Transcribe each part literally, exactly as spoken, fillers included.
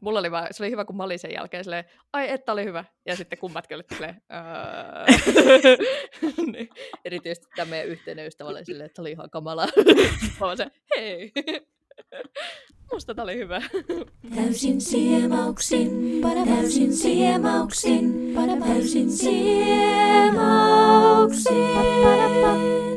mulla oli vaan, se oli hyvä, kun mä olin sen jälkeen silleen, ai, että oli hyvä. Ja sitten kummatkin olivat silleen, niin, erityisesti tämä meidän yhteinen ystävä oli silleen, että oli ihan kamala. Mä vaan se, hei, musta tää oli hyvä. Täysin siemauksin, täysin siemauksin, täysin siemauksin.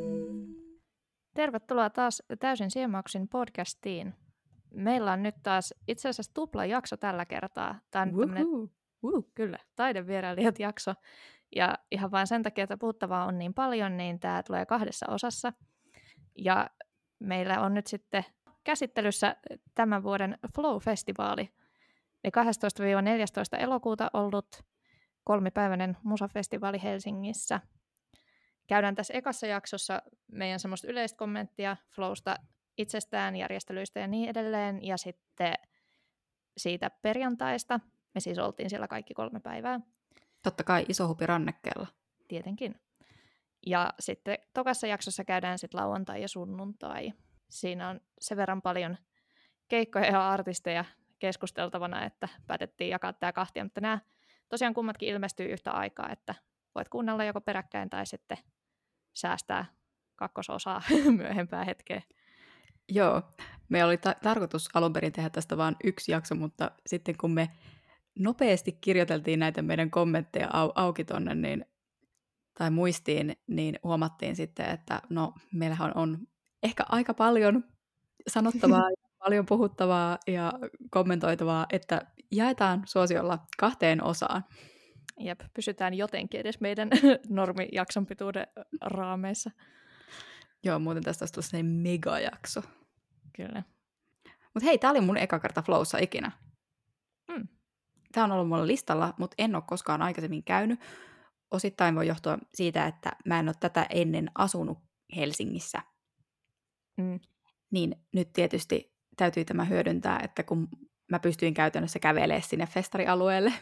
Tervetuloa taas Täysin siemauksin podcastiin. Meillä on nyt taas itse asiassa tupla jakso tällä kertaa. Tämä on tämmöinen, uh, kyllä, taidevierailijat jakso. Ja ihan vain sen takia, että puhuttavaa on niin paljon, niin tämä tulee kahdessa osassa. Ja meillä on nyt sitten käsittelyssä tämän vuoden Flow-festivaali. Eli kahdestoista neljästoista elokuuta ollut kolmipäiväinen musafestivaali Helsingissä. Käydään tässä ekassa jaksossa meidän semmoista yleistä kommenttia Flowsta itsestään, järjestelyistä ja niin edelleen. Ja sitten siitä perjantaista. Me siis oltiin siellä kaikki kolme päivää. Totta kai iso hupi rannekkeella. Tietenkin. Ja sitten tokassa jaksossa käydään sitten lauantai ja sunnuntai. Siinä on sen verran paljon keikkoja ja artisteja keskusteltavana, että päätettiin jakaa tämä kahtia. Mutta nämä tosiaan kummatkin ilmestyy yhtä aikaa, että voit kuunnella joko peräkkäin tai sitten säästää kakkososaa myöhempää hetkeä. Joo, me oli ta- tarkoitus alun perin tehdä tästä vain yksi jakso, mutta sitten kun me nopeasti kirjoiteltiin näitä meidän kommentteja au- auki tonne, niin, tai muistiin, niin huomattiin sitten, että no, meillähän on ehkä aika paljon sanottavaa, ja paljon puhuttavaa ja kommentoitavaa, että jaetaan suosiolla kahteen osaan. Jep, pysytään jotenkin edes meidän normijakson pituuden raameissa. Joo, muuten tästä olisi tullut sellainen megajakso. Kyllä. Mutta hei, tää oli mun eka kerta Flowssa ikinä. Mm. Tämä on ollut mulla listalla, mutta en ole koskaan aikaisemmin käynyt. Osittain voi johtua siitä, että mä en ole tätä ennen asunut Helsingissä. Mm. Niin nyt tietysti täytyy tämä hyödyntää, että kun mä pystyin käytännössä kävelemään sinne festarialueelle,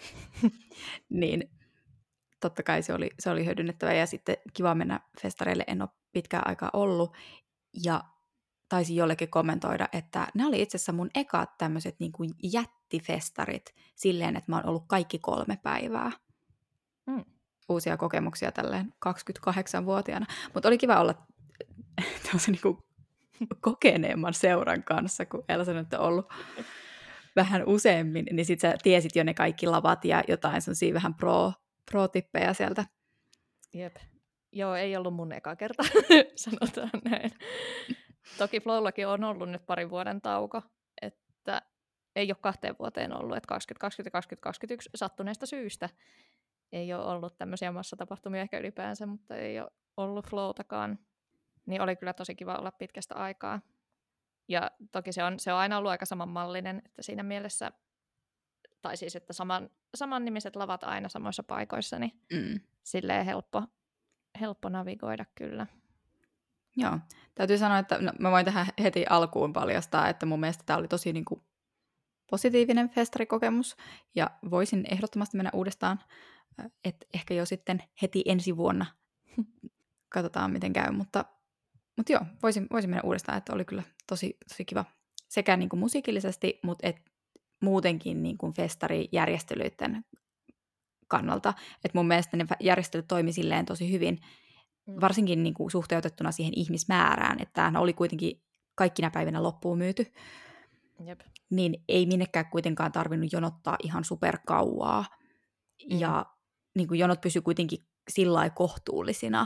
niin totta kai se oli, se oli hyödynnettävä. Ja sitten kiva mennä festareille, en ole pitkään aikaa ollut. Ja taisin jollekin kommentoida, että nämä oli itse asiassa mun ekat tämmöiset niin kuin jättifestarit silleen, että mä oon ollut kaikki kolme päivää. Mm. Uusia kokemuksia tälleen kaksikymmentäkahdeksanvuotiaana. Mutta oli kiva olla tämmöisen niin kuin kokeneemman seuran kanssa, kun Elsa nyt on ollut vähän useammin, niin sit sä tiesit jo ne kaikki lavat ja jotain sellaisia vähän pro, pro-tippejä sieltä. Jep. Joo, ei ollut mun eka kerta, sanotaan näin. Toki Flowllakin on ollut nyt parin vuoden tauko, että ei ole kahteen vuoteen ollut, että kaksituhattakaksikymmentä ja kaksituhattakaksikymmentäyksi sattuneesta syystä ei ole ollut tämmöisiä massatapahtumia ehkä ylipäänsä, mutta ei ole ollut Flowtakaan. Niin oli kyllä tosi kiva olla pitkästä aikaa. Ja toki se on, se on aina ollut aika samanmallinen, että siinä mielessä, tai siis, että saman, samannimiset lavat aina samoissa paikoissa, niin Mm. silleen helppo, helppo navigoida kyllä. Joo, täytyy sanoa, että no, mä voin tähän heti alkuun paljastaa, että mun mielestä tämä oli tosi niin kuin positiivinen festarikokemus, ja voisin ehdottomasti mennä uudestaan, että ehkä jo sitten heti ensi vuonna katsotaan, miten käy, mutta, mutta joo, voisin, voisin mennä uudestaan, että oli kyllä tosi, tosi kiva sekä niin kuin musiikillisesti, mutta et muutenkin niin kuin festarijärjestelyiden kannalta, että mun mielestä ne järjestelyt toimi silleen tosi hyvin, varsinkin niin kuin suhteutettuna siihen ihmismäärään, että tämä oli kuitenkin kaikkina päivinä loppuun myyty, Jep. niin ei minnekään kuitenkaan tarvinnut jonottaa ihan superkauaa. Mm. Ja niin kuin jonot pysyi kuitenkin sillä lailla kohtuullisina,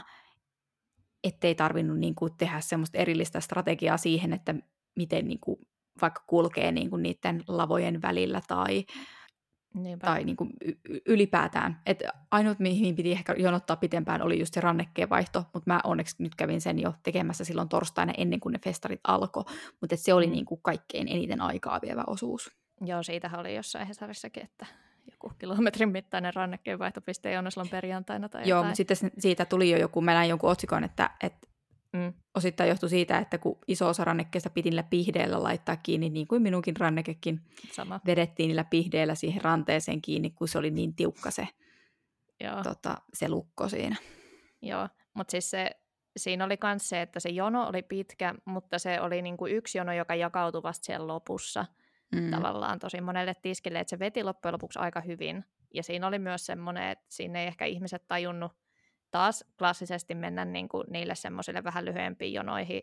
ettei tarvinnut niin kuin tehdä semmoista erillistä strategiaa siihen, että miten niin kuin vaikka kulkee niin kuin niiden lavojen välillä tai Niinpä. tai niin kuin ylipäätään. Et ainut, mihin piti ehkä jonottaa pitempään, oli just se rannekkeen vaihto, mutta mä onneksi nyt kävin sen jo tekemässä silloin torstaina ennen kuin ne festarit alkoi, mutta se oli Mm. niin kuin kaikkein eniten aikaa vievä osuus. Joo, siitähän oli jossain Hesarissakin, että joku kilometrin mittainen rannekkeen vaihtopiste ei ole silloin perjantaina tai Joo, jotain. mutta sitten siitä tuli jo joku, mä näin jonkun otsikon, että, että Mm. osittain johtui siitä, että kun iso osa rannekkeesta piti niillä pihdeillä laittaa kiinni, niin kuin minunkin rannekekin, Sama. vedettiin niillä pihdeillä siihen ranteeseen kiinni, kun se oli niin tiukka se, Joo. tota, se lukko siinä. Joo, mutta siis se, siinä oli myös se, että se jono oli pitkä, mutta se oli niinku yksi jono, joka jakautui vasta siellä lopussa. mm. tavallaan tosi monelle tiskille, että se veti loppujen lopuksi aika hyvin. Ja siinä oli myös semmoinen, että siinä ei ehkä ihmiset tajunnut taas klassisesti mennä niin kuin niille semmoisille vähän lyhyempiin jonoihin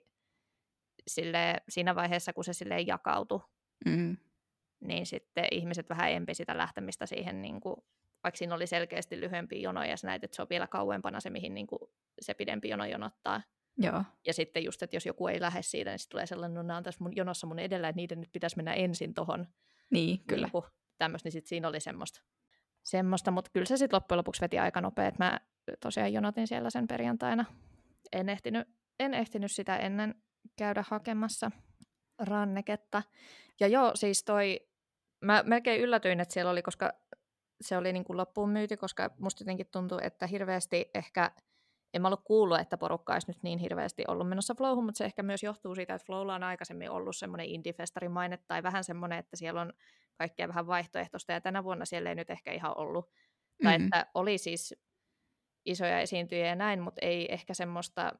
sille, siinä vaiheessa, kun se silleen jakautui. Mm. Niin sitten ihmiset vähän empi sitä lähtemistä siihen, niin kuin, vaikka siinä oli selkeästi lyhyempiä jonoja, ja sä näit, että se on vielä kauempana se, mihin niin kuin se pidempi jono jonottaa. Joo. Ja sitten just, että jos joku ei lähde siitä, niin sitten tulee sellainen, no nämä on tässä mun jonossa mun edellä, että niiden nyt pitäisi mennä ensin tohon. Niin, kyllä. Niin tämmöistä, niin sitten siinä oli semmoista. semmoista mutta kyllä se sitten loppujen lopuksi veti aika nopea, että mä tosiaan jonotin siellä sen perjantaina. En ehtinyt, en ehtinyt sitä ennen käydä hakemassa ranneketta. Ja joo, siis toi, mä melkein yllätyin, että siellä oli, koska se oli niin kuin loppuun myyty, koska musta jotenkin tuntuu, että hirveästi ehkä, en mä ollut kuullut, että porukka olisi nyt niin hirveästi ollut menossa Flowhun, mutta se ehkä myös johtuu siitä, että Flowlla on aikaisemmin ollut semmoinen indie-festarimaine tai vähän semmoinen, että siellä on kaikkea vähän vaihtoehtoista, ja tänä vuonna siellä ei nyt ehkä ihan ollut. Mm-hmm. Tai että oli siis isoja esiintyjiä ja näin, mutta ei ehkä semmoista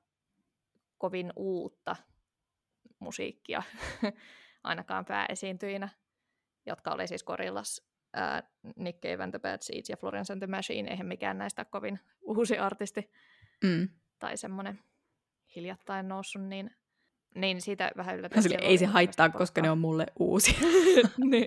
kovin uutta musiikkia ainakaan pääesiintyjinä, jotka oli siis Gorillaz, ää, Nick Cave and the Bad Seeds ja Florence and the Machine. Eihän mikään näistä kovin uusi artisti mm. tai semmoinen hiljattain noussut, niin, niin siitä vähän yllätys. Ei se haittaa, koska porukkaa. Ne on mulle uusi. Niin.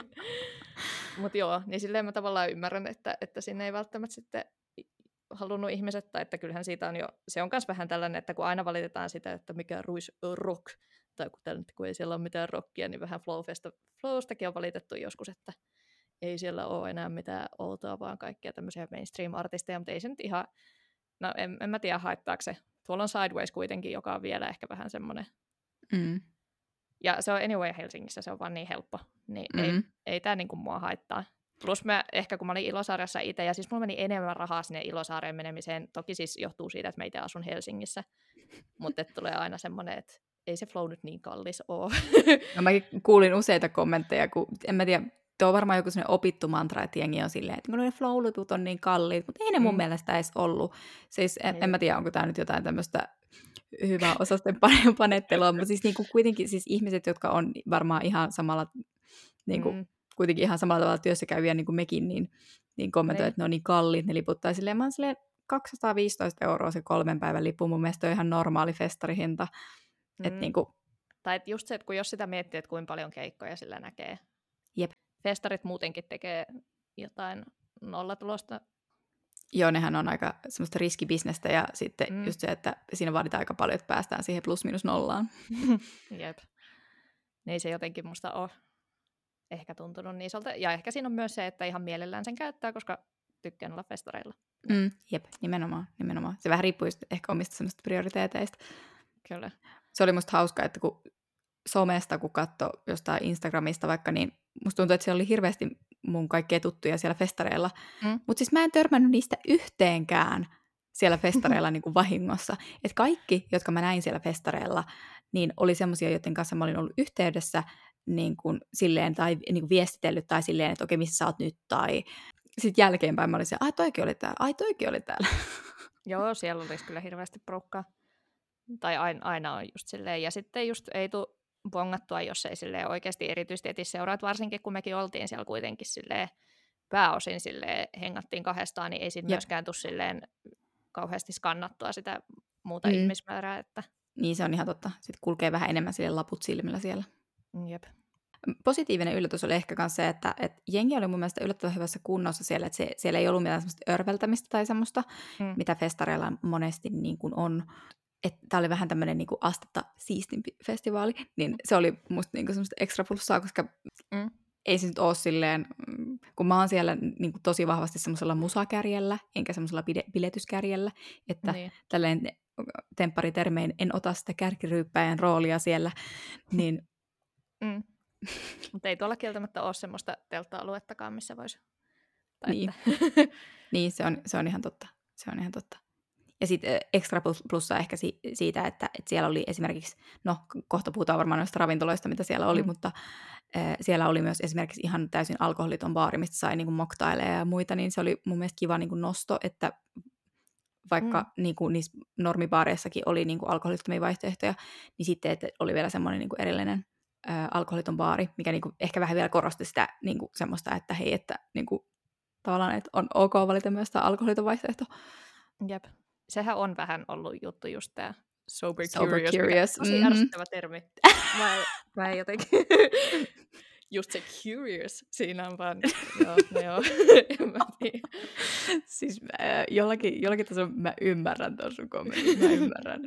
Mutta joo, niin silleen mä tavallaan ymmärrän, että, että sinne ei välttämättä sitten halunnut ihmiset, tai että kyllähän siitä on jo, se on myös vähän tällainen, että kun aina valitetaan sitä, että mikä ruis rock, tai kun, tällä, kun ei siellä ole mitään rockia, niin vähän Flowfesta, Flowstakin on valitettu joskus, että ei siellä ole enää mitään outoa, vaan kaikkia tämmöisiä mainstream-artisteja, mutta ei se nyt ihan, no en, en mä tiedä haittaako se. Tuolla on Sideways kuitenkin, joka on vielä ehkä vähän semmoinen. Mm. Ja se on anyway Helsingissä, se on vaan niin helppo, niin mm. ei, ei tämä niinku mua haittaa. Plus mä ehkä kun mä olin Ilosaaressa itse, ja siis mulla meni enemmän rahaa sinne Ilosaareen menemiseen, toki siis johtuu siitä, että mä itse asun Helsingissä, mutta tulee aina semmoinen, että ei se Flow nyt niin kallis ole. No mäkin kuulin useita kommentteja, kun en mä tiedä, tuo on varmaan joku sellainen opittu mantra, että jengi on silleen, että ne Flow-liput on niin kalliit, mutta ei ne mun mm. mielestä edes ollut. Siis en, en mä tiedä, onko tämä nyt jotain tämmöistä hyvää osasten panettelua, mutta siis niinku kuitenkin siis ihmiset, jotka on varmaan ihan samalla, niinku, mm. kuitenkin ihan samalla tavalla työssä käyviä niin kuin mekin, niin, niin kommentoivat, että ne on niin kalliit ne liput. Tai silleen, mä oon silleen kaksisataaviisitoista euroa se kolmen päivän lippu, mun mielestä on ihan normaali festarihinta. Mm. Et niinku... Tai et just se, että kun jos sitä miettii, että kuinka paljon keikkoja sillä näkee. Jep. Festarit muutenkin tekee jotain nollatulosta. Joo, nehän on aika semmoista riskibisnestä ja sitten mm. just se, että siinä vaaditaan aika paljon, että päästään siihen plus minus nollaan. Jep. Niin se jotenkin musta on ehkä tuntunut niin isolta. Ja ehkä siinä on myös se, että ihan mielellään sen käyttää, koska tykkään olla festareilla. Mm, jep, nimenomaan, nimenomaan. Se vähän riippuu ehkä omista semmoista prioriteeteista. Kyllä. Se oli musta hauska, että kun somesta, kun katsoi jostain Instagramista vaikka, niin musta tuntuu, että siellä oli hirveästi mun kaikkea tuttuja siellä festareilla. Mm. Mutta siis mä en törmännyt niistä yhteenkään siellä festareilla niin kuin vahingossa. Että kaikki, jotka mä näin siellä festareilla, niin oli semmoisia, joiden kanssa mä olin ollut yhteydessä niin kuin silleen, tai niin kuin viestitellyt, tai silleen, että okei, missä sä oot nyt, tai sitten jälkeenpäin mä olin se, ai toikin oli täällä, ai toikin oli täällä. Joo, siellä olisi kyllä hirveästi porukkaa. Tai aina, aina on just silleen, ja sitten just ei tule bongattua, jos ei silleen oikeasti erityisesti etis seuraat, varsinkin kun mekin oltiin siellä kuitenkin silleen, pääosin silleen hengattiin kahdestaan, niin ei siinä myöskään tule silleen kauheasti skannattua sitä muuta mm. ihmismäärää. Että... Niin, se on ihan totta. Sitten kulkee vähän enemmän sille laput silmillä siellä. Jep. Positiivinen yllätys oli ehkä myös se, että, että jengi oli mun mielestä yllättävän hyvässä kunnossa siellä, että se, siellä ei ollut mitään semmoista örveltämistä tai semmoista, mm. mitä festareilla monesti niin kuin on. Tämä oli vähän tämmöinen niin kuin astetta siistimpi festivaali, niin se oli musta niin kuin semmoista ekstra plussaa, koska mm. ei se nyt ole silleen, kun mä oon siellä niin kuin tosi vahvasti semmoisella musakärjellä, enkä semmoisella biletyskärjellä, että niin. Tälleen tempparitermein en ota sitä kärkiryyppäjän roolia siellä, niin... Mm. Mutta ei tuolla kieltämättä ole semmoista teltta-aluettakaan, missä voisi... Niin, niin se, on, se on ihan totta, se on ihan totta. Ja sitten ekstra plussaa ehkä si- siitä, että, että siellä oli esimerkiksi, no kohta puhutaan varmaan noista ravintoloista, mitä siellä oli, mm. mutta äh, siellä oli myös esimerkiksi ihan täysin alkoholiton baari, mistä sai niin kuin moktaileja ja muita, niin se oli mun mielestä kiva niin kuin nosto, että vaikka mm. niin kuin niissä normibaareissakin oli niin kuin alkoholittomia vaihtoehtoja, niin sitten että oli vielä semmoinen niin kuin erillinen ä, alkoholiton baari, mikä niinku ehkä vähän vielä korosti sitä niinku semmoista, että hei, että niinku, tavallaan, että on ok valita myös tämä alkoholiton vaihtoehto. Jep. Sehän on vähän ollut juttu just tää sober, Sober curious, curious, mikä tosi mhm. ärsyttävä termi. Mä, mä en jotenkin... Just se curious, siinä on vaan, joo, no joo, en mä tiedä. Siis äh, jollakin, jollakin tasolla mä ymmärrän ton sun kommentin, mä ymmärrän.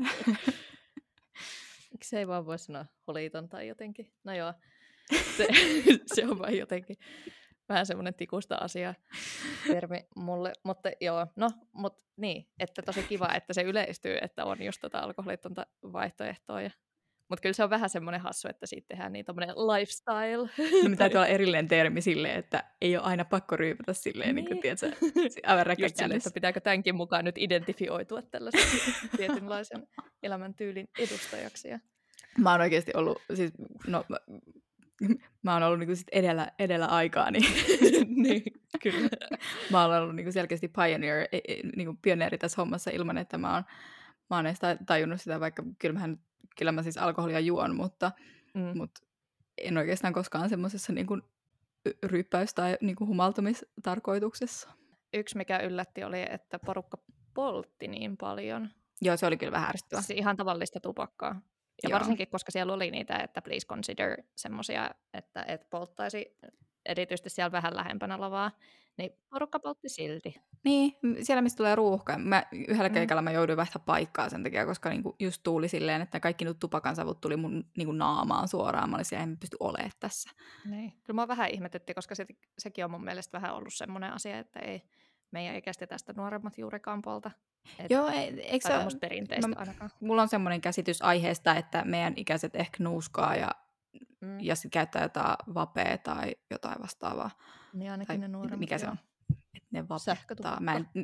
Miksi ei vaan voi sanoa holiton tai jotenkin? No joo, se, se on vaan jotenkin vähän semmoinen tikusta asia termi mulle. Mutta joo, no, mutta niin, että tosi kiva, että se yleistyy, että on just tota alkoholitonta vaihtoehtoa. Ja... Mutta kyllä se on vähän semmoinen hassu, että siitä tehdään niin tommoinen lifestyle. No, täytyy olla erillinen termi silleen, että ei ole aina pakko ryypätä silleen, niin, niin kuin, tiedätkö, aivan räkkäkännessä. Että pitääkö tämänkin mukaan nyt identifioitua tällaisen tietynlaisen elämäntyylin edustajaksi. Ja... Mä oon oikeasti ollut, siis, no, mä, mä oon ollut niinku sit edellä, edellä aikaa, niin, niin kyllä. Mä oon ollut niinku selkeästi pioneer, niinku pioneeri tässä hommassa ilman, että mä oon, mä oon edes tajunnut sitä, vaikka kyllä, mähän, kyllä mä siis alkoholia juon, mutta, mm. mutta en oikeastaan koskaan semmoisessa niinku ryppäys- tai niinku humaltumistarkoituksessa. Yksi, mikä yllätti, oli, että porukka poltti niin paljon. Joo, se oli kyllä vähän ärsyttävää. Siis ihan tavallista tupakkaa. Ja Joo. varsinkin, koska siellä oli niitä, että please consider semmoisia, että et polttaisi erityisesti siellä vähän lähempänä lavaa, niin porukka poltti silti. Niin, siellä mistä tulee ruuhka. Mä, yhdellä keikalla mä jouduin vaihtaa paikkaa sen takia, koska niinku just tuuli silleen, että kaikki nyt tupakansavut tuli mun niinku naamaan suoraan. Mä olin siellä, en pysty olemaan tässä. Niin. Kyllä mä vähän ihmetytti, koska se, sekin on mun mielestä vähän ollut semmoinen asia, että ei meidän ikäistä tästä nuoremmat juurikaan polta. Et, Joo, eikö se ole perinteistä mä, ainakaan. Mulla on semmoinen käsitys aiheesta, että meidän ikäiset ehkä nuuskaa ja, mm. ja sitten käyttää jotain vapea tai jotain vastaavaa. Niin ainakin tai ne nuoremmat. Mikä se on? Että ne vapettaa. Mä en,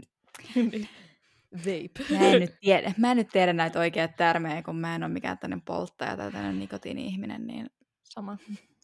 Vape. Mä en, nyt tiedä, mä en nyt tiedä näitä oikeat termejä, kun mä en ole mikään tämmöinen polttaja tai tämmöinen nikotiini-ihminen. Niin... Sama.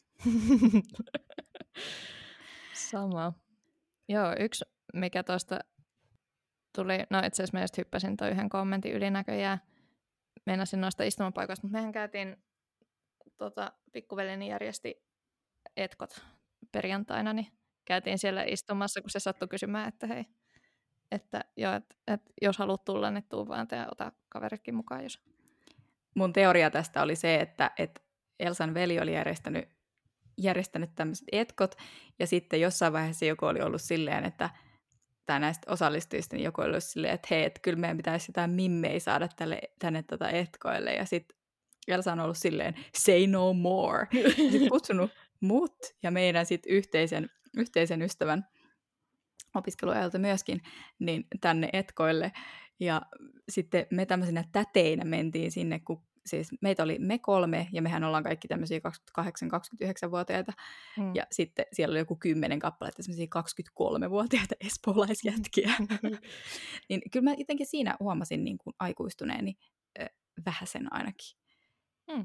Sama. Joo, yksi mikä tuosta tuli, no itse asiassa mä just hyppäsin toi yhden kommentin yli näköjään, meinasin noista istumapaikoista, mutta mehän käytiin, tota, pikkuveljeni järjesti etkot perjantaina, niin käytiin siellä istumassa, kun se sattui kysymään, että hei, että, joo, et, et, jos haluat tulla, niin tuu vaan ja ota kaveritkin mukaan. Jos. Mun teoria tästä oli se, että, että Elsan veli oli järjestänyt, järjestänyt tämmöiset etkot, ja sitten jossain vaiheessa joku oli ollut silleen, että tai näistä osallistujista, niin joku oli ollut silleen, että hei, että kyllä meidän pitäisi jotain mimmei saada tälle, tänne tota etkoille, ja sitten Elsa on ollut silleen, say no more. Sitten kutsunut mut ja meidän sitten yhteisen, yhteisen ystävän opiskeluajalta myöskin, niin tänne etkoille. Ja sitten me tämmöisenä täteinä mentiin sinne, kun siis meitä oli me kolme, ja mehän ollaan kaikki tämmöisiä kaksikymmentäkahdeksan kaksikymmentäyhdeksän-vuotiaita, mm. ja sitten siellä oli joku kymmenen kappaletta tämmöisiä kaksikymmentäkolme-vuotiaita espoolaisjätkiä. Niin kyllä mä jotenkin siinä huomasin niin kuin aikuistuneeni äh, vähäsen ainakin. Mm.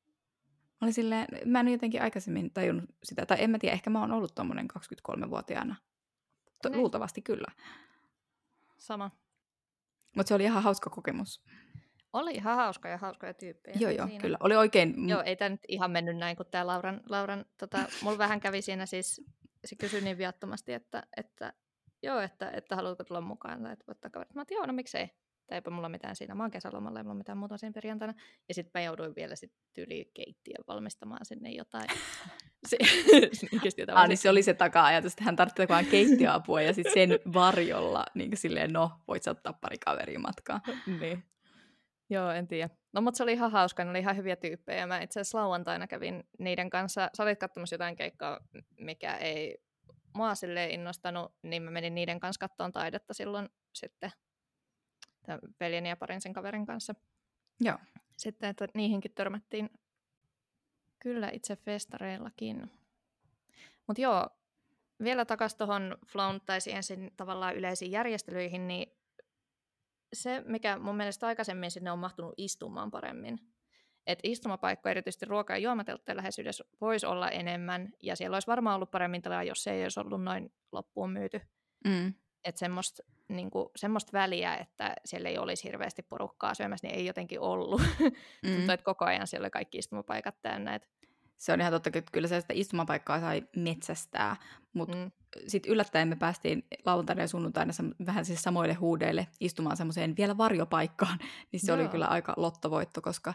Oli silleen, mä en jotenkin aikaisemmin tajunnut sitä, tai en mä tiedä, ehkä mä oon ollut tommonen kaksikymmentäkolme-vuotiaana. To- niin. Luultavasti kyllä. Sama. Mutta se oli ihan hauska kokemus. Oli ihan hauska ja hauskoja tyyppejä. Joo, joo, siinä. kyllä. Oli oikein... Joo, ei tämä nyt ihan mennyt näin, kun tämä Lauran... Lauran tota, mulla vähän kävi siinä siis, se kysyi niin viattomasti, että, että joo, että, että haluatko tulla mukaan, tai että voittaa kaverit. Mä oon, joo, no miksei. Tai eipä mulla mitään siinä. Mä oon kesälomalla, ei mulla mitään muuta siinä perjantaina. Ja sitten mä jouduin vielä sit tyyliin keittiön valmistamaan sinne jotain. se, jotain ah, niin se oli se taka-ajatus, että hän tarvitsee vaan keittiöapua ja sitten sen varjolla niin silleen, no, voit sä ottaa pari kaveria matkaan. Niin. Joo, en tiedä. No, mutta se oli ihan hauska, ne oli ihan hyviä tyyppejä. Mä itse asiassa lauantaina kävin niiden kanssa. Sä olit katsomassa jotain keikkaa, mikä ei mua silleen innostanut, niin mä menin niiden kanssa katsomaan taidetta silloin sitten tämän veljeni ja parin sen kaverin kanssa. Joo. Sitten, että niihinkin törmättiin kyllä itse festareillakin. Mutta joo, vielä takaisin tuohon flown tai ensin tavallaan yleisiin järjestelyihin, niin se, mikä mun mielestä aikaisemmin sinne on mahtunut istumaan paremmin. Että istumapaikkoja, erityisesti ruoka- ja juomateltteen läheisyydessä, voisi olla enemmän, ja siellä olisi varmaan ollut paremmin tilaa, jos se ei olisi ollut noin loppuun myyty. Mm. Että semmoista, niinku, semmoista väliä, että siellä ei olisi hirveästi porukkaa syömässä, niin ei jotenkin ollut. Mm. Tuntuu, että koko ajan siellä oli kaikki istumapaikat täynnä. Et... se on ihan totta, että kyllä se sitä istumapaikkaa sai metsästää, mutta Mm. sitten yllättäen me päästiin lauantaina ja sunnuntaina sam- vähän siis samoille huudeille istumaan semmoiseen vielä varjopaikkaan, niin se oli Joo. kyllä aika lottovoitto, koska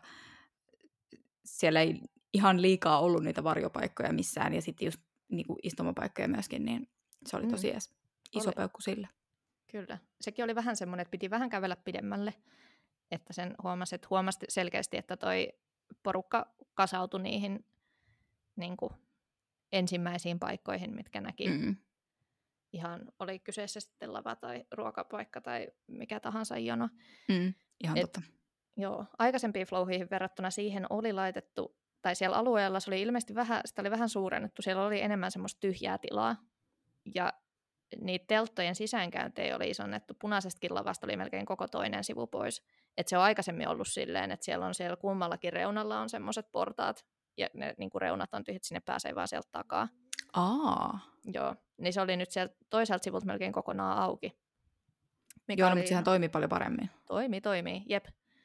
siellä ei ihan liikaa ollut niitä varjopaikkoja missään, ja sitten just niinku istumapaikkoja myöskin, niin se oli Mm. tosi edes iso Oli. peukku sille. Kyllä. Sekin oli vähän semmoinen, että piti vähän kävellä pidemmälle, että sen huomasi, että huomasi selkeästi, että toi porukka kasautui niihin niin kuin ensimmäisiin paikkoihin, mitkä näki. Mm. Ihan oli kyseessä sitten lava tai ruokapaikka tai mikä tahansa jono. Mm. Ihan Et- totta. Joo, aikaisempiin flowhiin verrattuna siihen oli laitettu, tai siellä alueella se oli ilmeisesti vähän, sitä oli vähän suurennettu, siellä oli enemmän semmoista tyhjää tilaa. Ja niitä telttojen sisäänkäyntejä oli isonnettu, punaisestakin lavasta oli melkein koko toinen sivu pois. Et se on aikaisemmin ollut silleen, että siellä on siellä kummallakin reunalla on semmoiset portaat, ja ne niin kuin reunat on tyhjät, sinne pääsee vaan sieltä takaa. Aa. Joo, niin se oli nyt sieltä toiselta sivulta melkein kokonaan auki. Mikä Joo, no, oli mutta sehän ihan- toimii paljon paremmin. Toimii, toimii, jep.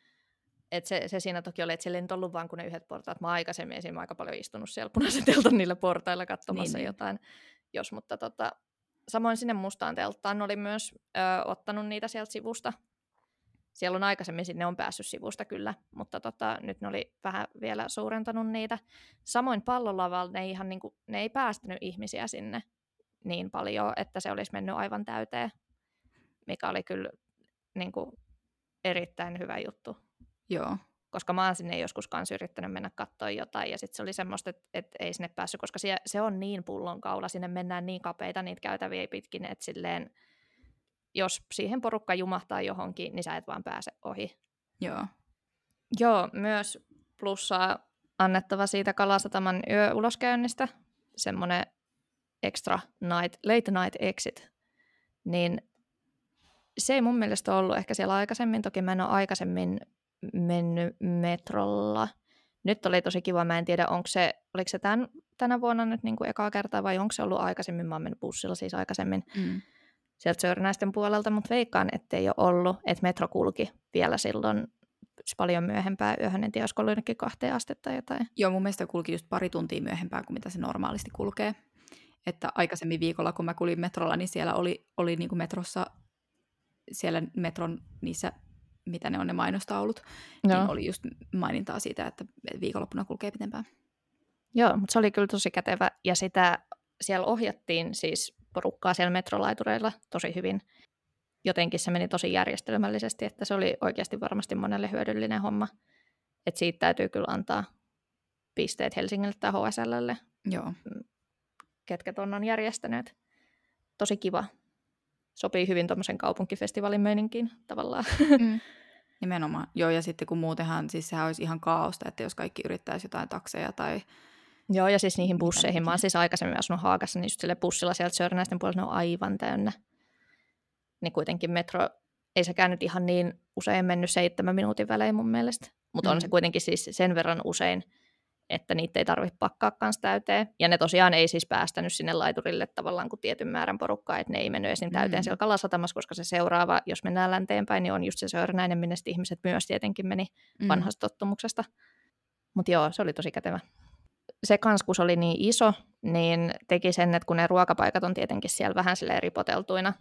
Et se, se siinä toki oli, että siellä ei nyt ollut vaan kuin ne yhdet portaat. Mä oon aikaisemmin esim. Aika paljon istunut siellä punaisen teltan niillä portailla katsomassa Niin, niin. jotain, jos, mutta tota, samoin sinne mustaan telttaan oli myös ö, ottanut niitä sieltä sivusta. Siellä on aikaisemmin sinne on päässyt sivusta kyllä, mutta tota, nyt ne oli vähän vielä suurentanut niitä. Samoin pallolavalla ne ei, ihan niinku, ne ei päästänyt ihmisiä sinne niin paljon, että se olisi mennyt aivan täyteen, mikä oli kyllä niinku, erittäin hyvä juttu. Joo. Koska mä oon sinne joskus kanssa yrittänyt mennä katsoa jotain, ja sitten se oli semmoista, että et ei sinne päässyt, koska sie, se on niin pullonkaula, sinne mennään niin kapeita niitä käytäviä pitkin, että silleen, jos siihen porukka jumahtaa johonkin, niin sä et vaan pääse ohi. Joo. Joo, myös plussaa annettava siitä Kalasataman yöuloskäynnistä, semmoinen extra night, late night exit, niin se ei mun mielestä ollut ehkä siellä aikaisemmin, toki mä en ole aikaisemmin mennyt metrolla. Nyt oli tosi kiva, mä en tiedä, onko se, oliko se tämän, tänä vuonna nyt niin kuin ekaa kertaa vai onko se ollut aikaisemmin, mä oon mennyt bussilla siis aikaisemmin Mm. sieltä Sörnäisten puolelta, mutta veikkaan, ettei ole ollut, että metro kulki vielä silloin paljon myöhempää yöhön, en tiedä, olisiko ollut jonnekin kahteen astetta tai jotain. Joo, mun mielestä kulki just pari tuntia myöhempään kuin mitä se normaalisti kulkee. Että aikaisemmin viikolla, kun mä kuljin metrolla, niin siellä oli, oli niin kuin metrossa, siellä metron niissä, mitä ne on ne mainostaulut, Joo. niin oli just mainintaa siitä, että viikonloppuna kulkee pitempään. Joo, mutta se oli kyllä tosi kätevä, ja sitä siellä ohjattiin siis porukkaa siellä metrolaitureilla tosi hyvin. Jotenkin se meni tosi järjestelmällisesti, että se oli oikeasti varmasti monelle hyödyllinen homma. Että siitä täytyy kyllä antaa pisteet Helsingille tai H S L:lle, Joo. ketkä ton on järjestäneet. Tosi kiva. Sopii hyvin tuommoisen kaupunkifestivaalin meininkiin tavallaan. Mm. Nimenomaan. Joo, ja sitten kun muutenhan, siis sehän olisi ihan kaaosta, että jos kaikki yrittäisi jotain takseja tai... Joo, ja siis niihin Mitä busseihin. Mä oon ikinä. siis aikaisemmin asunut Haagassa, niin just sille bussilla sieltä Sörnäisten puolella ne on aivan täynnä. Niin kuitenkin metro, ei sekään nyt ihan niin usein mennyt seitsemän minuutin välein mun mielestä. Mutta Mm. on se kuitenkin siis sen verran usein, että niitä ei tarvitse pakkaa kans täyteen. Ja ne tosiaan ei siis päästänyt sinne laiturille tavallaan kuin tietyn määrän porukkaa, että ne ei mennyt esim. täyteen Mm. siellä Kalasatamassa, koska se seuraava, jos mennään länteenpäin, niin on just se Sörnäinen, minne sitten ihmiset myös tietenkin meni Mm. vanhasta tottumuksesta. Mutta joo, se oli tosi kätevä. Se kans, kun se oli niin iso, niin teki sen, että kun ne ruokapaikat on tietenkin siellä vähän silleen ripoteltuina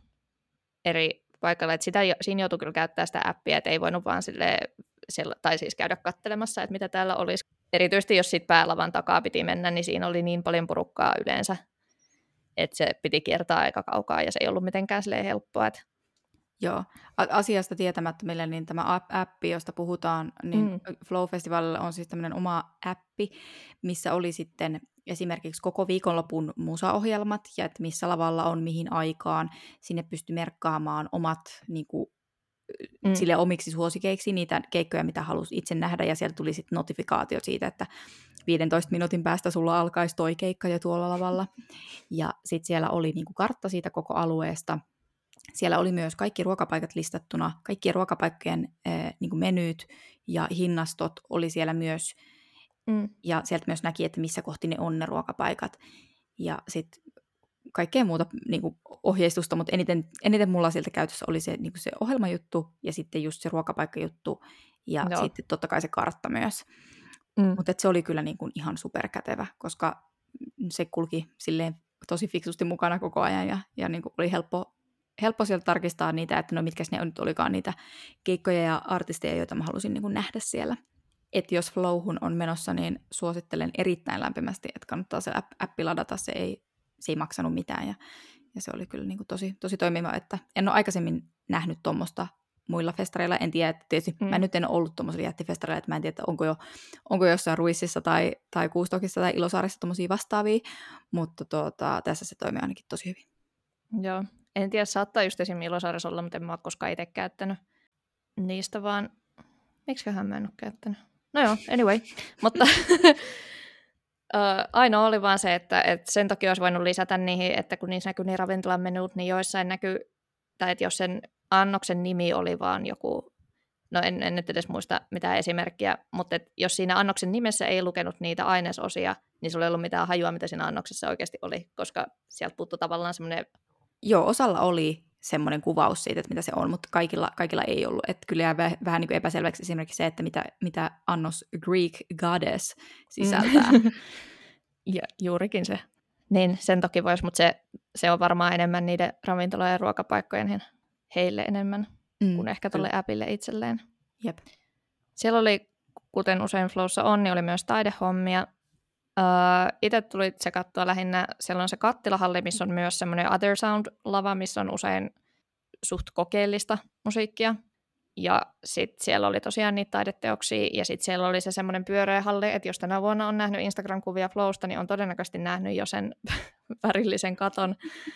eri paikalla, että sitä, jo- siinä joutui kyllä käyttää sitä appia, että ei voinut vaan silleen, sella- tai siis käydä kattelemassa, että mitä täällä olisi. Erityisesti jos siitä päälavan takaa piti mennä, niin siinä oli niin paljon porukkaa yleensä, että se piti kiertää aika kaukaa ja se ei ollut mitenkään silleen helppoa. Että... Joo. A- Asiasta tietämättömille, niin tämä ap- appi, josta puhutaan, niin Mm. Flow Festivalilla on siis tämmöinen oma appi, missä oli sitten esimerkiksi koko viikonlopun musaohjelmat ja että missä lavalla on mihin aikaan. Sinne pystyi merkkaamaan omat niin kuin, Mm. sille omiksi suosikeiksi niitä keikkoja, mitä halusi itse nähdä, ja sieltä tuli sitten notifikaatio siitä, että viidentoista minuutin päästä sulla alkaisi toi keikka ja tuolla lavalla. Ja sitten siellä oli niinku kartta siitä koko alueesta. Siellä oli myös kaikki ruokapaikat listattuna, kaikkien ruokapaikkojen äh, niinku menyt ja hinnastot oli siellä myös, Mm. ja sieltä myös näki, että missä kohti ne on ne ruokapaikat. Ja sitten kaikkea muuta niin kuin ohjeistusta, mutta eniten, eniten mulla sieltä käytössä oli se, niin kuin se ohjelmajuttu ja sitten just se ruokapaikkajuttu ja Joo. sitten totta kai se kartta myös. Mm. Mutta se oli kyllä niin kuin ihan superkätevä, koska se kulki silleen tosi fiksusti mukana koko ajan ja, ja niin kuin oli helppo, helppo sieltä tarkistaa niitä, että no mitkä ne nyt olikaan niitä keikkoja ja artisteja, joita mä halusin niin kuin nähdä siellä. Että jos Flowhun on menossa, niin suosittelen erittäin lämpimästi, että kannattaa se appi ladata, se ei, se ei maksanut mitään ja, ja se oli kyllä niin kuin tosi, tosi toimiva, että en ole aikaisemmin nähnyt tuommoista muilla festareilla, en tiedä, että tietysti mm. mä nyt en ollut tuommoisilla jättifestareilla, että mä en tiedä, että onko jo onko jossain Ruississa tai, tai Kuustokissa tai Ilosaarissa tuommoisia vastaavia, mutta tuota, tässä se toimii ainakin tosi hyvin. Joo, en tiedä, saattaa just esimerkiksi Ilosaarissa olla, mutta en mä ole koskaan itse käyttänyt niistä, vaan miksiköhän mä en ole käyttänyt? No joo, anyway, mutta Uh, ainoa oli vaan se, että, että sen takia olisi voinut lisätä niihin, että kun niissä näkyy niin ravintolan menut, niin joissain näkyy, tai että jos sen annoksen nimi oli vaan joku, no en, en nyt edes muista mitään esimerkkiä, mutta et jos siinä annoksen nimessä ei lukenut niitä ainesosia, niin sulla ei ollut mitään hajua, mitä siinä annoksessa oikeasti oli, koska sieltä puuttui tavallaan semmoinen... Joo, osalla oli semmoinen kuvaus siitä, että mitä se on, mutta kaikilla, kaikilla ei ollut. Että kyllä jää vähän, vähän niin kuin epäselväksi esimerkiksi se, että mitä, mitä annos Greek Goddess sisältää. Mm. Ja juurikin se. Niin, sen toki voisi, mutta se, se on varmaan enemmän niiden ravintolojen ja ruokapaikkojen heille enemmän mm, kuin ehkä tuolle appille itselleen. Jep. Siellä oli, kuten usein Flowssa on, niin oli myös taidehommia. Uh, itse tuli se katsoa lähinnä, siellä on se kattilahalli, missä on myös semmoinen Other Sound-lava, missä on usein suht kokeellista musiikkia. Ja sitten siellä oli tosiaan niitä taideteoksia, ja sitten siellä oli se semmoinen pyöreä halli, että jos tänä vuonna on nähnyt Instagram-kuvia Flowsta, niin on todennäköisesti nähnyt jo sen värillisen katon